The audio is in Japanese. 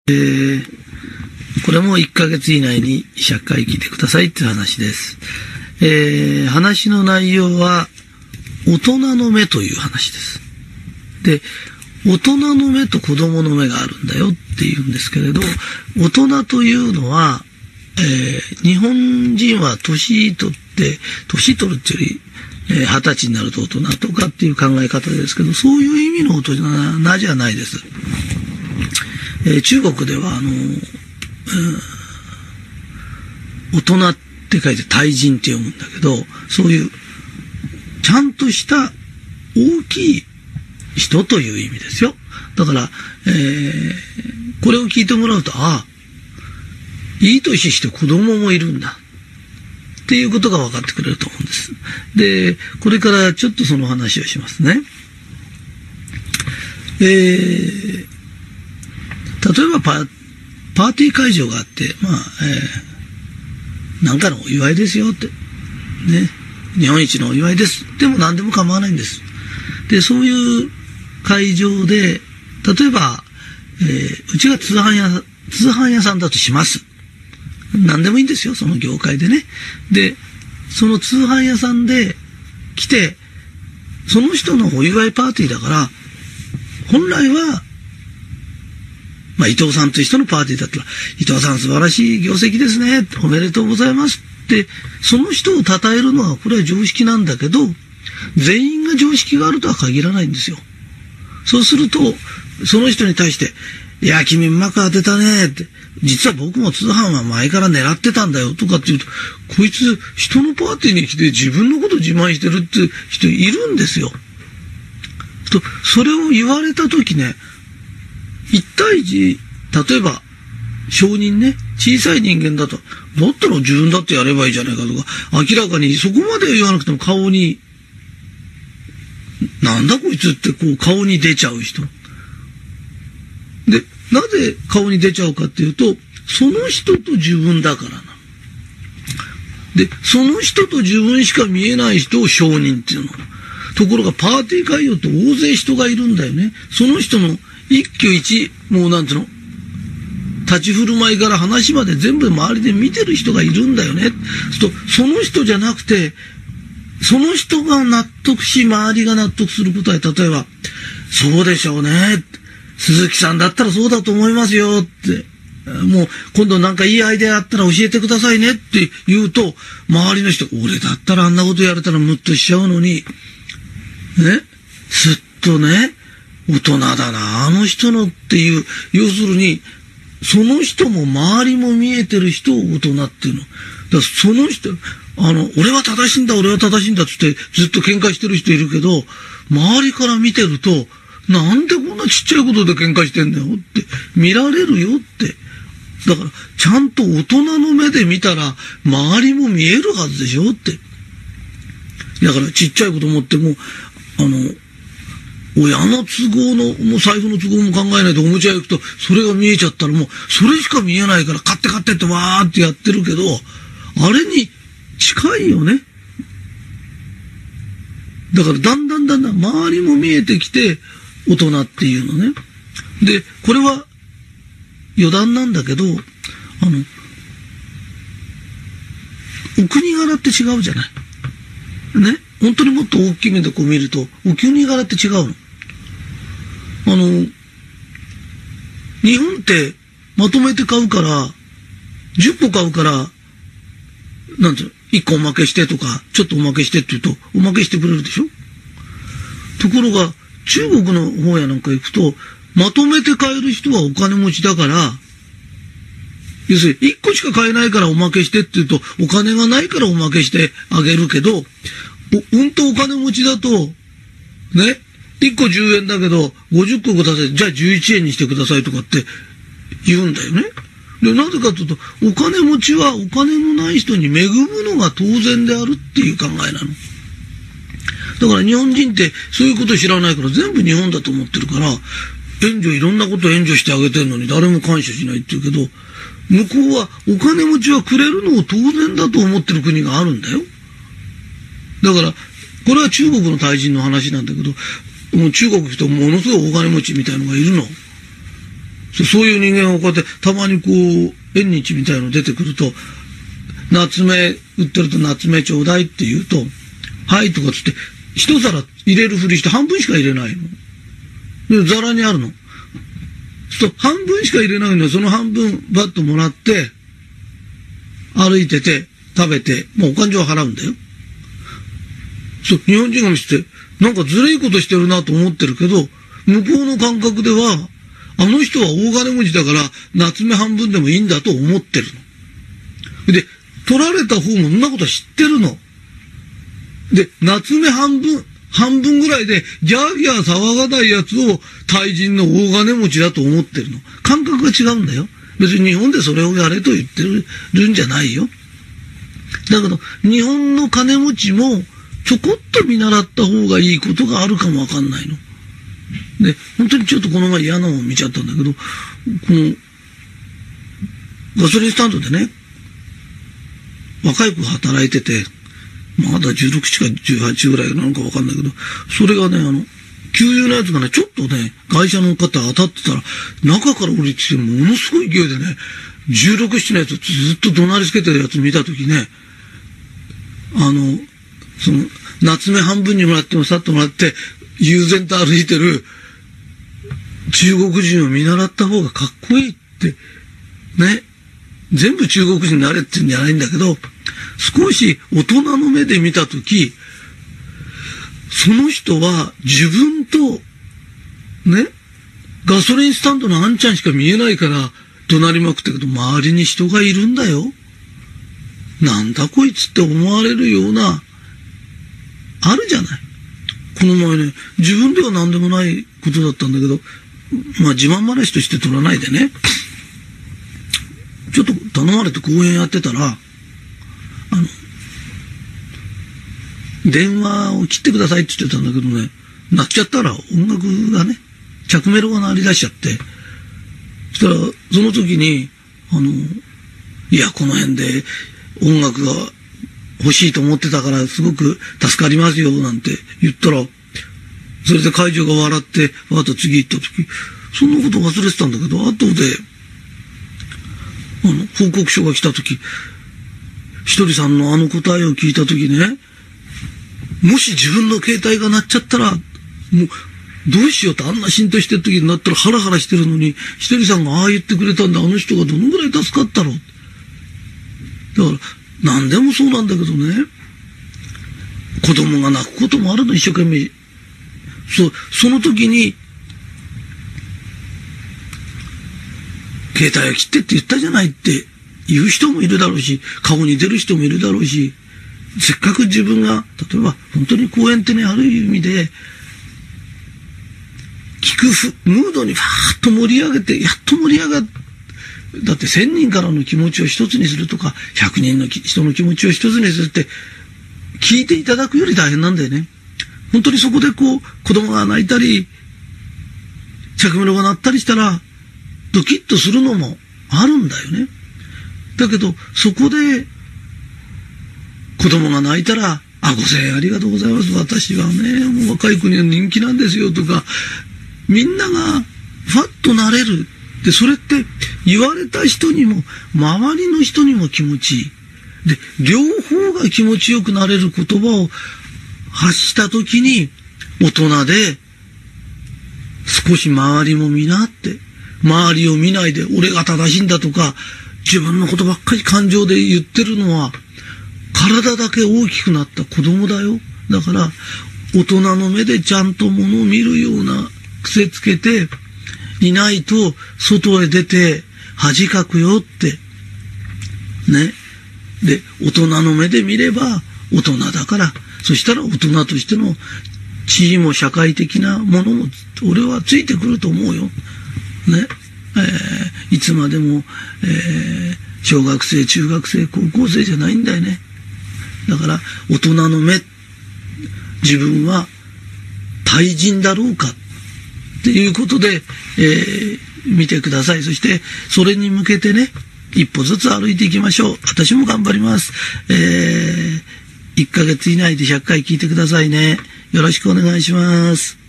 これも1ヶ月以内に100回聞いてくださいっていう話です。話の内容は大人の目という話です。で、大人の目と子供の目があるんだよっていうんですけれど、大人というのは、日本人は年取るっていうより、20歳になると大人とかっていう考え方ですけど、そういう意味の大人じゃないです。中国では大人って書いて大人って読むんだけど、そういうちゃんとした大きい人という意味ですよ。だから、これを聞いてもらうと、いい年して子供もいるんだっていうことが分かってくれると思うんです。で、これからちょっとその話をしますね。例えばパーティー会場があって、なんかのお祝いですよって。ね。日本一のお祝いです。でも何でも構わないんです。で、そういう会場で、例えば、うちが通販屋さんだとします。何でもいいんですよ、その業界でね。で、その通販屋さんで来て、その人のお祝いパーティーだから、本来は、伊藤さんという人のパーティーだったら、伊藤さん素晴らしい業績ですね。おめでとうございますって、その人を称えるのはこれは常識なんだけど、全員が常識があるとは限らないんですよ。そうすると、その人に対して、いや、君うまく当てたねって、実は僕も通販は前から狙ってたんだよとかって言うと、こいつ人のパーティーに来て自分のこと自慢してるって人いるんですよ。それを言われたときね、一対一、例えば、証人ね、小さい人間だと、だったら自分だってやればいいじゃないかとか、明らかにそこまで言わなくても顔に、なんだこいつってこう顔に出ちゃう人。で、なぜ顔に出ちゃうかっていうと、その人と自分だからな。で、その人と自分しか見えない人を証人っていうの。ところがパーティー会場って大勢人がいるんだよね。その人の一挙一、もうなんていうの、立ち振る舞いから話まで全部周りで見てる人がいるんだよね。その人じゃなくて、その人が納得し、周りが納得する答え、例えば、そうでしょうね。鈴木さんだったらそうだと思いますよって。もう今度なんかいいアイデアあったら教えてくださいねって言うと、周りの人、俺だったらあんなことやれたらムッとしちゃうのに、ね、すっとね、大人だな、あの人のっていう、要するに、その人も周りも見えてる人を大人っていうの。だからその人、俺は正しいんだ、俺は正しいんだってってずっと喧嘩してる人いるけど、周りから見てると、なんでこんなちっちゃいことで喧嘩してんだよって見られるよって。だから、ちゃんと大人の目で見たら、周りも見えるはずでしょって。だからちっちゃいこと持っても、親の都合の、もう財布の都合も考えないでおもちゃ屋行くと、それが見えちゃったらもう、それしか見えないから、買って買ってってわーってやってるけど、あれに近いよね。だからだんだん周りも見えてきて、大人っていうのね。で、これは余談なんだけど、お国柄って違うじゃない。ね。本当にもっと大きい目でこう見ると、お国柄って違うの。日本ってまとめて買うから、10個買うから、なんていうの、1個おまけしてとか、ちょっとおまけしてって言うと、おまけしてくれるでしょ。ところが、中国の方やなんか行くと、まとめて買える人はお金持ちだから、要するに1個しか買えないからおまけしてって言うと、お金がないからおまけしてあげるけど、とお金持ちだと、ね、1個10円だけど、50個ください。じゃあ11円にしてくださいとかって言うんだよね。で、なぜかというと、お金持ちはお金のない人に恵むのが当然であるっていう考えなの。だから日本人ってそういうこと知らないから全部日本だと思ってるから、いろんなこと援助してあげてんのに誰も感謝しないって言うけど、向こうはお金持ちはくれるのを当然だと思ってる国があるんだよ。だから、これは中国の大人の話なんだけど、もう中国行くとものすごいお金持ちみたいのがいるの。 そういう人間がこうやって、たまにこう、縁日みたいの出てくると、夏目売ってると夏目ちょうだいって言うと、はいとかつって、一皿入れるふりして半分しか入れないの。で、皿にあるの。半分しか入れないのに、その半分バッともらって、歩いてて、食べて、もうお金は払うんだよ。日本人が見せて、なんかずるいことしてるなと思ってるけど、向こうの感覚では、あの人は大金持ちだから、夏目半分でもいいんだと思ってるの。で、取られた方もそんなこと知ってるの。で、夏目半分ぐらいで、ギャーギャー騒がないやつを、大人の大金持ちだと思ってるの。感覚が違うんだよ。別に日本でそれをやれと言ってるんじゃないよ。だけど、日本の金持ちも、ちょこっと見習った方がいいことがあるかもわかんないの。で、本当にちょっとこの前嫌なもん見ちゃったんだけど、この、ガソリンスタンドでね、若い子働いてて、まだ16か18ぐらいなのかわかんないけど、それがね、給油のやつがね、ちょっとね、会社の方当たってたら、中から降りてきて、ものすごい勢いでね、16、7のやつずっと怒鳴りつけてるやつ見たときね、夏目半分にもらってもさっともらって、悠然と歩いてる中国人を見習った方がかっこいいって、ね。全部中国人になれって言うんじゃないんだけど、少し大人の目で見たとき、その人は自分と、ね、ガソリンスタンドのあんちゃんしか見えないから、怒鳴りまくったけど、周りに人がいるんだよ。なんだこいつって思われるような、あるじゃない。この前ね、自分では何でもないことだったんだけど、まあ自慢話として取らないでね、ちょっと頼まれて講演やってたら、電話を切ってくださいって言ってたんだけどね、鳴っちゃったら音楽がね、着メロが鳴り出しちゃって、そしたら、その時に、いや、この辺で音楽が欲しいと思ってたからすごく助かりますよ、なんて言ったら、それで会場が笑って、あと次行った時、そんなこと忘れてたんだけど、後で、報告書が来た時、ひとりさんの答えを聞いた時ね、もし自分の携帯が鳴っちゃったら、もう、どうしようってあんな浸透してる時になったらハラハラしてるのに、ひとりさんがああ言ってくれたんだ、あの人がどのぐらい助かったろう。だから、何でもそうなんだけどね、子供が泣くこともあるの、一生懸命。その時に、携帯を切ってって言ったじゃないって言う人もいるだろうし、顔に出る人もいるだろうし、せっかく自分が、例えば本当に講演ってね、ある意味で、ムードにファーッと盛り上げて、やっと盛り上がっだって1000人からの気持ちを一つにするとか、100人の人の気持ちを一つにするって、聞いていただくより大変なんだよね。本当にそこでこう、子供が泣いたり、着メロが鳴ったりしたら、ドキッとするのもあるんだよね。だけど、そこで、子供が泣いたら、5000円ありがとうございます。私はね、もう若い子には人気なんですよとか、みんながファッとなれる。で、それって言われた人にも、周りの人にも気持ちいい。で、両方が気持ちよくなれる言葉を発したときに、大人で、少し周りも見なって、周りを見ないで俺が正しいんだとか、自分のことばっかり感情で言ってるのは、体だけ大きくなった子供だよ。だから、大人の目でちゃんと物を見るような癖つけていないと、外へ出て恥かくよって。ね。で、大人の目で見れば大人だから、そしたら大人としての地位も社会的なものも、俺はついてくると思うよ。ね。いつまでも、小学生、中学生、高校生じゃないんだよね。だから、大人の目、自分は対人だろうかっていうことで、見てください。そして、それに向けてね、一歩ずつ歩いていきましょう。私も頑張ります。1ヶ月以内で100回聞いてくださいね。よろしくお願いします。